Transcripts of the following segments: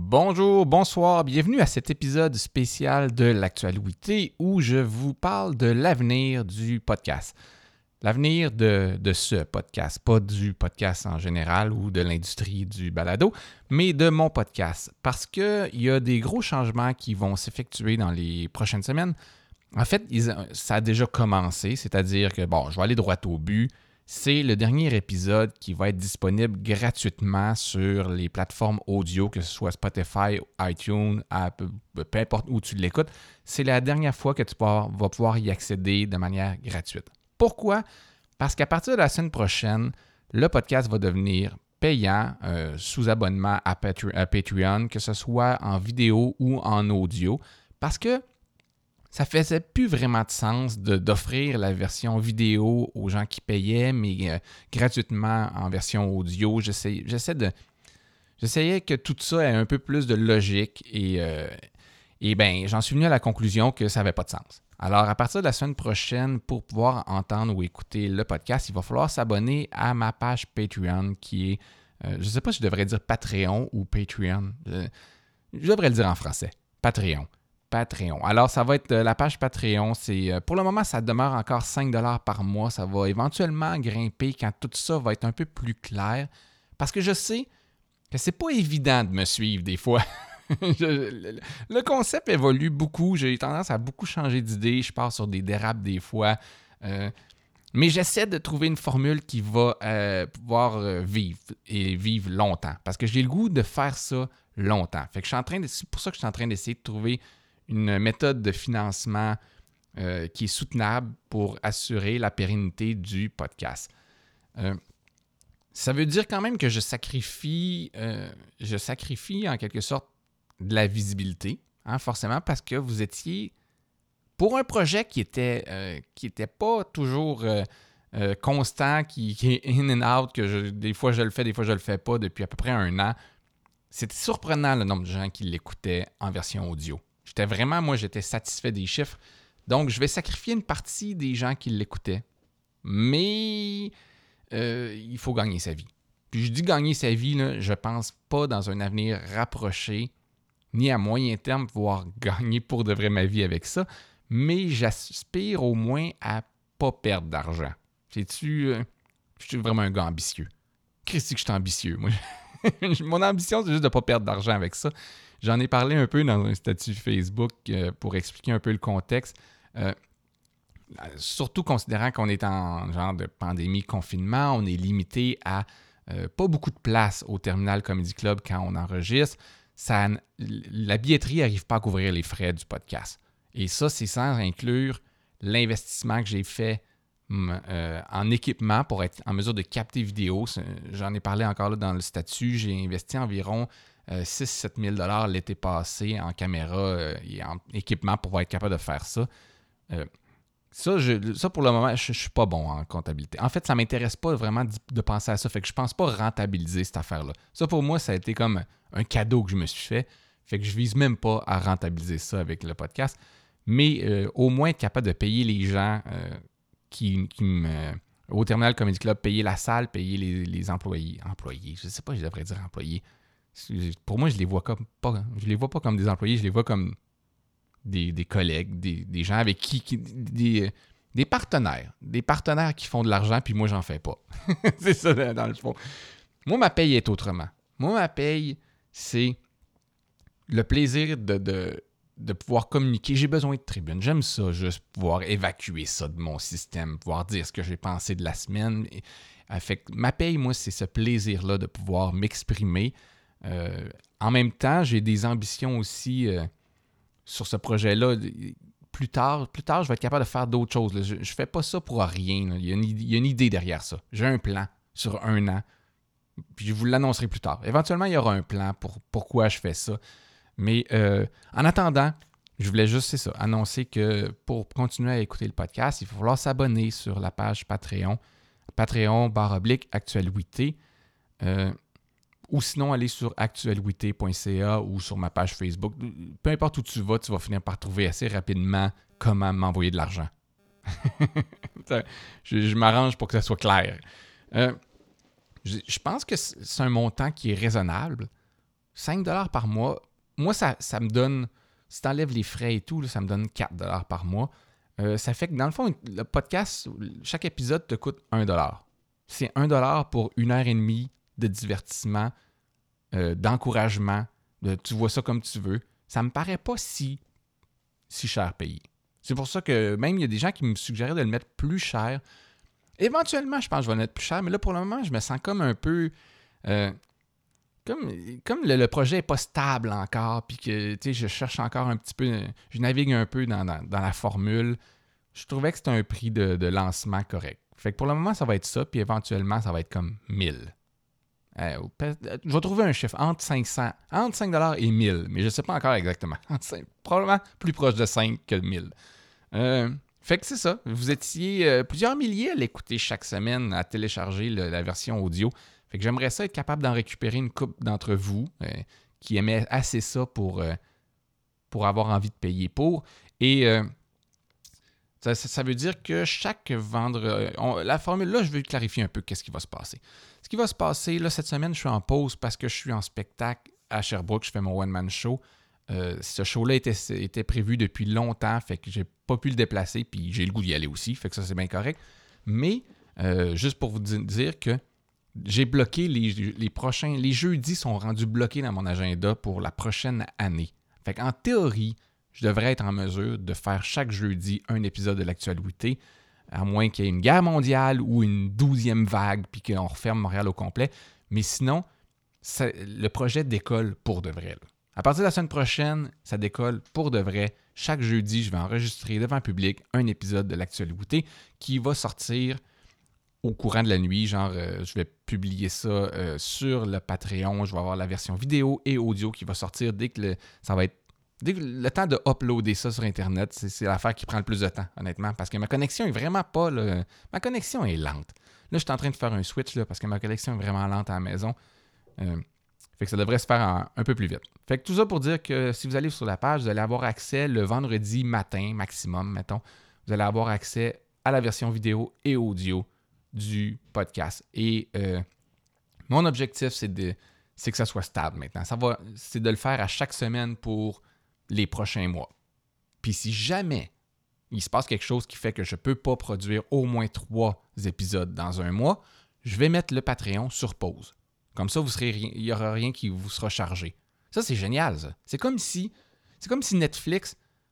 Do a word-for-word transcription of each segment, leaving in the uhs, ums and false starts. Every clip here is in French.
Bonjour, bonsoir, bienvenue à cet épisode spécial de l'actualité où je vous parle de l'avenir du podcast. L'avenir de, de ce podcast, pas du podcast en général ou de l'industrie du balado, mais de mon podcast. Parce qu'il y a des gros changements qui vont s'effectuer dans les prochaines semaines. En fait, ils, ça a déjà commencé, c'est-à-dire que, bon, je vais aller droit au but. C'est le dernier épisode qui va être disponible gratuitement sur les plateformes audio, que ce soit Spotify, iTunes, Apple, peu importe où tu l'écoutes. C'est la dernière fois que tu vas pouvoir y accéder de manière gratuite. Pourquoi? Parce qu'à partir de la semaine prochaine, le podcast va devenir payant euh, sous abonnement à, Patre- à Patreon, que ce soit en vidéo ou en audio, parce que ça ne faisait plus vraiment de sens de, d'offrir la version vidéo aux gens qui payaient, mais euh, gratuitement en version audio. J'essaie, j'essaie de, j'essayais que tout ça ait un peu plus de logique et, euh, et ben, j'en suis venu à la conclusion que ça n'avait pas de sens. Alors, à partir de la semaine prochaine, pour pouvoir entendre ou écouter le podcast, il va falloir s'abonner à ma page Patreon qui est, euh, je ne sais pas si je devrais dire Patreon ou Patreon. Euh, je devrais le dire en français, Patreon. Patreon. Alors, ça va être euh, la page Patreon. C'est, euh, pour le moment, ça demeure encore cinq dollars par mois. Ça va éventuellement grimper quand tout ça va être un peu plus clair. Parce que je sais que c'est pas évident de me suivre des fois. je, le, le concept évolue beaucoup. J'ai tendance à beaucoup changer d'idée. Je pars sur des dérapes des fois. Euh, mais j'essaie de trouver une formule qui va euh, pouvoir euh, vivre et vivre longtemps. Parce que j'ai le goût de faire ça longtemps. Fait que je suis en train de, c'est pour ça que je suis en train d'essayer de trouver une méthode de financement euh, qui est soutenable pour assurer la pérennité du podcast. Euh, ça veut dire quand même que je sacrifie, euh, je sacrifie en quelque sorte de la visibilité, hein, forcément, parce que vous étiez, pour un projet qui était, euh, qui était pas toujours euh, euh, constant, qui, qui est in and out, que je, des fois je le fais, des fois je le fais pas depuis à peu près un an, c'était surprenant le nombre de gens qui l'écoutaient en version audio. J'étais vraiment, moi, j'étais satisfait des chiffres. Donc, je vais sacrifier une partie des gens qui l'écoutaient. Mais euh, il faut gagner sa vie. Puis je dis gagner sa vie, là, je pense pas dans un avenir rapproché, ni à moyen terme pouvoir gagner pour de vrai ma vie avec ça. Mais j'aspire au moins à pas perdre d'argent. Sais-tu, euh, je suis vraiment un gars ambitieux. Christy que je suis ambitieux, moi. Mon ambition, c'est juste de ne pas perdre d'argent avec ça. J'en ai parlé un peu dans un statut Facebook euh, pour expliquer un peu le contexte. Euh, surtout considérant qu'on est en genre de pandémie, confinement, on est limité à euh, pas beaucoup de place au Terminal Comedy Club quand on enregistre. Ça, la billetterie n'arrive pas à couvrir les frais du podcast. Et ça, c'est sans inclure l'investissement que j'ai fait Euh, en équipement pour être en mesure de capter vidéo. J'en ai parlé encore là dans le statut. J'ai investi environ euh, six à sept mille dollars l'été passé en caméra euh, et en équipement pour être capable de faire ça. Euh, ça, je, ça, pour le moment, je ne suis pas bon en comptabilité. En fait, ça ne m'intéresse pas vraiment de, de penser à ça. Fait que je ne pense pas rentabiliser cette affaire-là. Ça, pour moi, ça a été comme un cadeau que je me suis fait. Fait que je ne vise même pas à rentabiliser ça avec le podcast. Mais euh, au moins être capable de payer les gens euh, Qui, qui me, au Terminal Comedy Club, payer la salle, payer les, les employés. Employés, je ne sais pas, je devrais dire employés. Pour moi, je les vois comme pas, je les vois pas comme des employés, je les vois comme des, des collègues, des, des gens avec qui, qui des, des partenaires, des partenaires qui font de l'argent, puis moi, j'en fais pas. C'est ça, dans le fond. Moi, ma paye est autrement. Moi, ma paye, c'est le plaisir de... de de pouvoir communiquer. J'ai besoin de tribune. J'aime ça, juste pouvoir évacuer ça de mon système, pouvoir dire ce que j'ai pensé de la semaine. Et, euh, fait que ma paye, moi, c'est ce plaisir-là de pouvoir m'exprimer. Euh, en même temps, j'ai des ambitions aussi euh, sur ce projet-là. Plus tard, plus tard, je vais être capable de faire d'autres choses. Là. Je ne fais pas ça pour rien. Il y, a une, il y a une idée derrière ça. J'ai un plan sur un an. Puis je vous l'annoncerai plus tard. Éventuellement, il y aura un plan pour pourquoi je fais ça. Mais euh, en attendant, je voulais juste, c'est ça, annoncer que pour continuer à écouter le podcast, il va falloir s'abonner sur la page Patreon, Patreon barre oblique actualité, euh, ou sinon aller sur actualité point c a ou sur ma page Facebook. Peu importe où tu vas, tu vas finir par trouver assez rapidement comment m'envoyer de l'argent. je, je m'arrange pour que ça soit clair. Euh, je, je pense que c'est un montant qui est raisonnable. cinq dollars par mois, moi, ça, ça me donne, si tu enlèves les frais et tout, là, ça me donne quatre dollars par mois. Euh, ça fait que dans le fond, le podcast, chaque épisode te coûte un dollar. C'est un dollar pour une heure et demie de divertissement, euh, d'encouragement, de tu vois ça comme tu veux. Ça me paraît pas si, si cher payé. C'est pour ça que même il y a des gens qui me suggéraient de le mettre plus cher. Éventuellement, je pense que je vais le mettre plus cher, mais là, pour le moment, je me sens comme un peu... Euh, comme comme le, le projet n'est pas stable encore, puis que je cherche encore un petit peu... Je navigue un peu dans, dans, dans la formule. Je trouvais que c'était un prix de, de lancement correct. Fait que pour le moment, ça va être ça, puis éventuellement, ça va être comme mille. Euh, je vais trouver un chiffre entre cinq cents, entre cinq dollars et mille, mais je ne sais pas encore exactement. Probablement plus proche de cinq que de mille. Euh, fait que c'est ça. Vous étiez euh, plusieurs milliers à l'écouter chaque semaine, à télécharger le, la version audio. Fait que j'aimerais ça être capable d'en récupérer une couple d'entre vous euh, qui aimaient assez ça pour, euh, pour avoir envie de payer pour. Et euh, ça, ça veut dire que chaque vendredi... On, la formule, là, je veux clarifier un peu qu'est-ce qui va se passer. Ce qui va se passer, là, cette semaine, je suis en pause parce que je suis en spectacle à Sherbrooke. Je fais mon one-man show. Euh, ce show-là était, était prévu depuis longtemps, fait que j'ai pas pu le déplacer, puis j'ai le goût d'y aller aussi, fait que ça, c'est bien correct. Mais, euh, juste pour vous dire que j'ai bloqué les, les prochains... Les jeudis sont rendus bloqués dans mon agenda pour la prochaine année. Fait qu'en théorie, je devrais être en mesure de faire chaque jeudi un épisode de l'actualité, à moins qu'il y ait une guerre mondiale ou une douzième vague, puis qu'on referme Montréal au complet. Mais sinon, ça, le projet décolle pour de vrai, là. À partir de la semaine prochaine, ça décolle pour de vrai. Chaque jeudi, je vais enregistrer devant le public un épisode de l'actualité qui va sortir au courant de la nuit. Genre, euh, je vais publier ça euh, sur le Patreon. Je vais avoir la version vidéo et audio qui va sortir dès que le, ça va être... Dès que le temps de uploader ça sur Internet, c'est, c'est l'affaire qui prend le plus de temps, honnêtement, parce que ma connexion est vraiment pas... Là, ma connexion est lente. Là, je suis en train de faire un switch là, parce que ma connexion est vraiment lente à la maison. Euh, Fait que ça devrait se faire en, un peu plus vite. Fait que tout ça pour dire que si vous allez sur la page, vous allez avoir accès le vendredi matin, maximum, mettons. Vous allez avoir accès à la version vidéo et audio du podcast. Et euh, mon objectif, c'est, de, c'est que ça soit stable maintenant. Ça va, c'est de le faire à chaque semaine pour les prochains mois. Puis si jamais il se passe quelque chose qui fait que je ne peux pas produire au moins trois épisodes dans un mois, je vais mettre le Patreon sur pause. Comme ça, vous serez, il n'y aura rien qui vous sera chargé. Ça, c'est génial, ça. C'est comme si, c'est comme si Netflix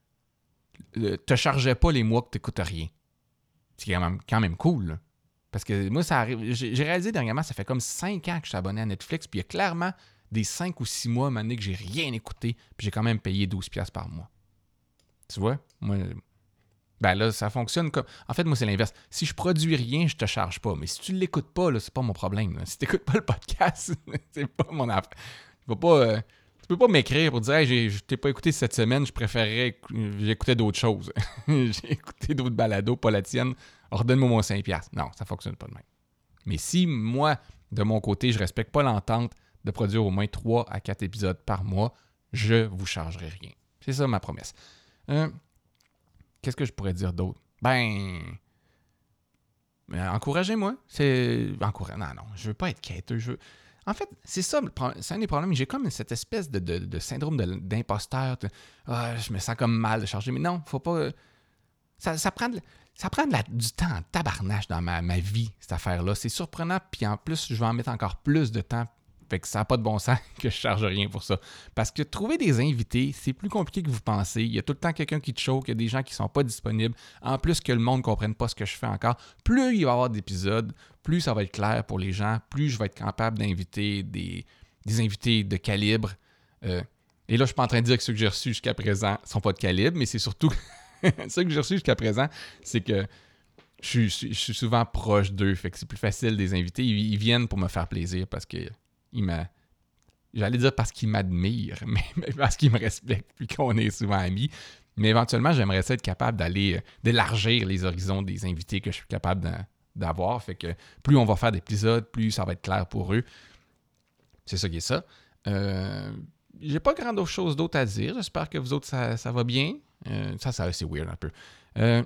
ne te chargeait pas les mois que tu n'écoutes rien. C'est quand même, quand même cool, là. Parce que moi, ça arrive. J'ai, j'ai réalisé dernièrement, ça fait comme cinq ans que je suis abonné à Netflix, puis il y a clairement des cinq ou six mois, maintenant que j'ai rien écouté, puis j'ai quand même payé douze dollars par mois. Tu vois? Moi, ben là, ça fonctionne comme... En fait, moi, c'est l'inverse. Si je produis rien, je te charge pas. Mais si tu l'écoutes pas, là, c'est pas mon problème, là. Si tu n'écoutes pas le podcast, c'est pas mon affaire. Tu peux pas, euh, tu peux pas m'écrire pour dire hey, j'ai, je t'ai pas écouté cette semaine, je préférerais... J'écoutais d'autres choses. J'ai écouté d'autres balados, pas la tienne. Ordonne-moi mon cinq dollars. Non, ça fonctionne pas de même. Mais si, moi, de mon côté, je respecte pas l'entente de produire au moins trois à quatre épisodes par mois, je vous chargerai rien. C'est ça ma promesse. Euh... Qu'est-ce que je pourrais dire d'autre? Ben, encouragez-moi. C'est... Encouragez... Non, non, je veux pas être quêteux. Je veux... En fait, c'est ça, c'est un des problèmes. J'ai comme cette espèce de, de, de syndrome de, d'imposteur. De... Ah, je me sens comme mal de charger. Mais non, faut pas... Ça, ça prend, de... ça prend de la... du temps en tabarnache dans ma, ma vie, cette affaire-là. C'est surprenant. Puis en plus, je vais en mettre encore plus de temps. Fait que ça n'a pas de bon sens que je charge rien pour ça. Parce que trouver des invités, c'est plus compliqué que vous pensez. Il y a tout le temps quelqu'un qui te choque, il y a des gens qui ne sont pas disponibles. En plus que le monde ne comprenne pas ce que je fais encore, plus il va y avoir d'épisodes, plus ça va être clair pour les gens, plus je vais être capable d'inviter des, des invités de calibre. Euh, et là, je ne suis pas en train de dire que ceux que j'ai reçus jusqu'à présent ne sont pas de calibre, mais c'est surtout ceux que j'ai reçus jusqu'à présent, c'est que je suis, je suis souvent proche d'eux. Fait que c'est plus facile des invités. Ils, ils viennent pour me faire plaisir parce que il m'a... J'allais dire parce qu'il m'admire, mais parce qu'il me respecte puis qu'on est souvent amis. Mais éventuellement, j'aimerais ça être capable d'aller, d'élargir les horizons des invités que je suis capable d'avoir. Fait que plus on va faire d'épisodes, plus ça va être clair pour eux. C'est ça qui est ça. Euh, j'ai pas grand chose d'autre à dire. J'espère que vous autres, ça, ça va bien. Euh, ça, ça, c'est weird un peu. Euh,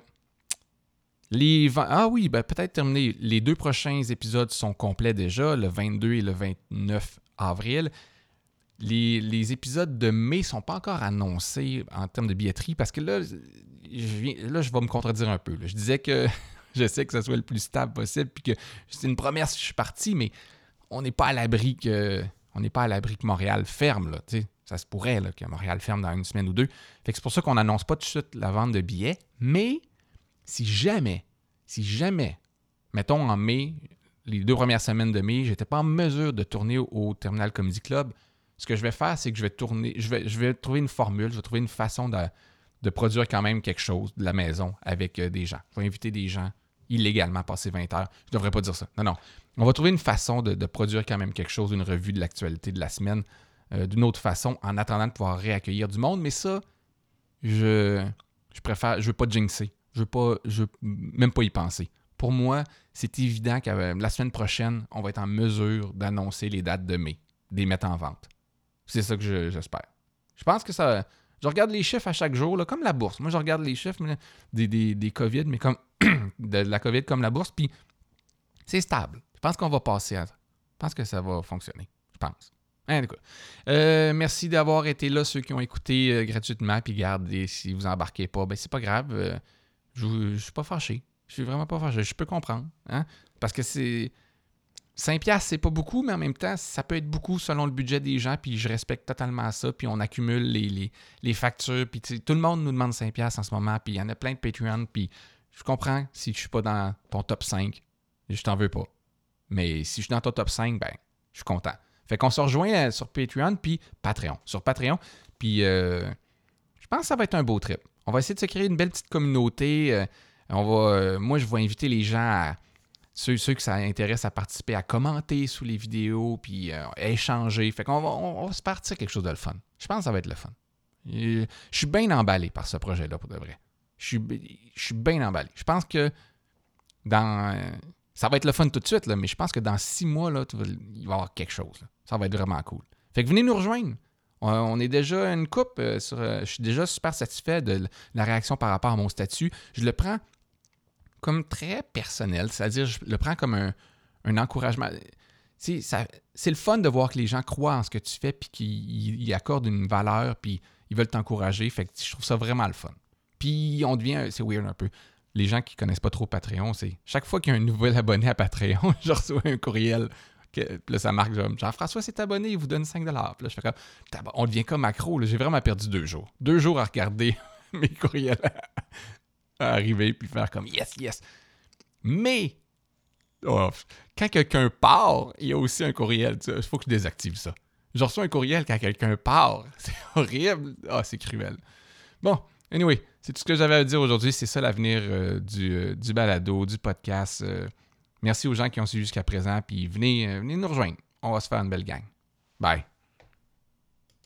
Les... Ah oui, ben peut-être terminé. Les deux prochains épisodes sont complets déjà, le vingt-deux et le vingt-neuf avril. les, les épisodes de mai ne sont pas encore annoncés en termes de billetterie parce que là, je, viens, là, je vais me contredire un peu. Là. Je disais que j'essaie que ce soit le plus stable possible puis que c'est une promesse, je suis parti, mais on n'est pas à l'abri que on n'est pas à l'abri que Montréal ferme. Là, t'sais. Ça se pourrait là, que Montréal ferme dans une semaine ou deux. Fait que c'est pour ça qu'on n'annonce pas tout de suite la vente de billets. Mais si jamais, si jamais, mettons en mai, les deux premières semaines de mai, je n'étais pas en mesure de tourner au, au Terminal Comedy Club, ce que je vais faire, c'est que je vais tourner, je vais, je vais trouver une formule, je vais trouver une façon de, de produire quand même quelque chose de la maison avec euh, des gens. Je vais inviter des gens illégalement passer vingt heures. Je ne devrais pas dire ça. Non, non. On va trouver une façon de, de produire quand même quelque chose, une revue de l'actualité de la semaine. Euh, d'une autre façon, en attendant de pouvoir réaccueillir du monde. Mais ça, je, je préfère, je veux pas jinxer. Je veux pas, je veux même pas y penser. Pour moi, c'est évident que euh, la semaine prochaine, on va être en mesure d'annoncer les dates de mai, de les mettre en vente. C'est ça que je, j'espère. Je pense que ça... Je regarde les chiffres à chaque jour, là, comme la bourse. Moi, je regarde les chiffres mais, des, des, des COVID, mais comme de la COVID comme la bourse, puis c'est stable. Je pense qu'on va passer à ça. Je pense que ça va fonctionner. Je pense. Hein, euh, merci d'avoir été là, ceux qui ont écouté euh, gratuitement. Puis regardez, si vous embarquez pas, ben c'est pas grave. Euh, je, je suis pas fâché. Je suis vraiment pas fâché. Je peux comprendre. Hein? Parce que c'est. cinq piastres, c'est pas beaucoup, mais en même temps, ça peut être beaucoup selon le budget des gens. Puis je respecte totalement ça. Puis on accumule les, les, les factures. Puis tout le monde nous demande cinq piastres en ce moment. Puis il y en a plein de Patreon. Puis je comprends si je suis pas dans ton top cinq. Je t'en veux pas. Mais si je suis dans ton top cinq, ben, je suis content. Fait qu'on se rejoint sur Patreon, puis Patreon. Sur Patreon, puis euh, je pense que ça va être un beau trip. On va essayer de se créer une belle petite communauté. Euh, on va, euh, moi, je vais inviter les gens, à, ceux, ceux que ça intéresse, à participer, à commenter sous les vidéos, puis euh, à échanger. Fait qu'on va, on, on va se partir quelque chose de le fun. Je pense que ça va être le fun. Et, je suis bien emballé par ce projet-là, pour de vrai. Je suis, je suis bien emballé. Je pense que dans... Euh, ça va être le fun tout de suite, là, mais je pense que dans six mois, là, tu vas, il va y avoir quelque chose. Là. Ça va être vraiment cool. Fait que venez nous rejoindre. On, on est déjà une coupe. Euh, sur, euh, je suis déjà super satisfait de la réaction par rapport à mon statut. Je le prends comme très personnel, c'est-à-dire je le prends comme un, un encouragement. C'est, ça, c'est le fun de voir que les gens croient en ce que tu fais puis qu'ils y accordent une valeur puis ils veulent t'encourager. Fait que je trouve ça vraiment le fun. Puis on devient, c'est weird un peu. Les gens qui ne connaissent pas trop Patreon, c'est chaque fois qu'il y a un nouvel abonné à Patreon, je reçois un courriel. Que, puis là, ça marque genre, Jean-François s'est abonné, il vous donne cinq dollars. Puis là, je fais comme, on devient comme accro. Là. J'ai vraiment perdu deux jours. Deux jours à regarder mes courriels à arriver puis faire comme yes, yes. Mais, oh, quand quelqu'un part, il y a aussi un courriel. Il faut que je désactive ça. Je reçois un courriel quand quelqu'un part. C'est horrible. Ah, oh, c'est cruel. Bon. Anyway, c'est tout ce que j'avais à dire aujourd'hui. C'est ça l'avenir euh, du, euh, du balado, du podcast. Euh, merci aux gens qui ont suivi jusqu'à présent. Puis venez, euh, venez nous rejoindre. On va se faire une belle gang. Bye.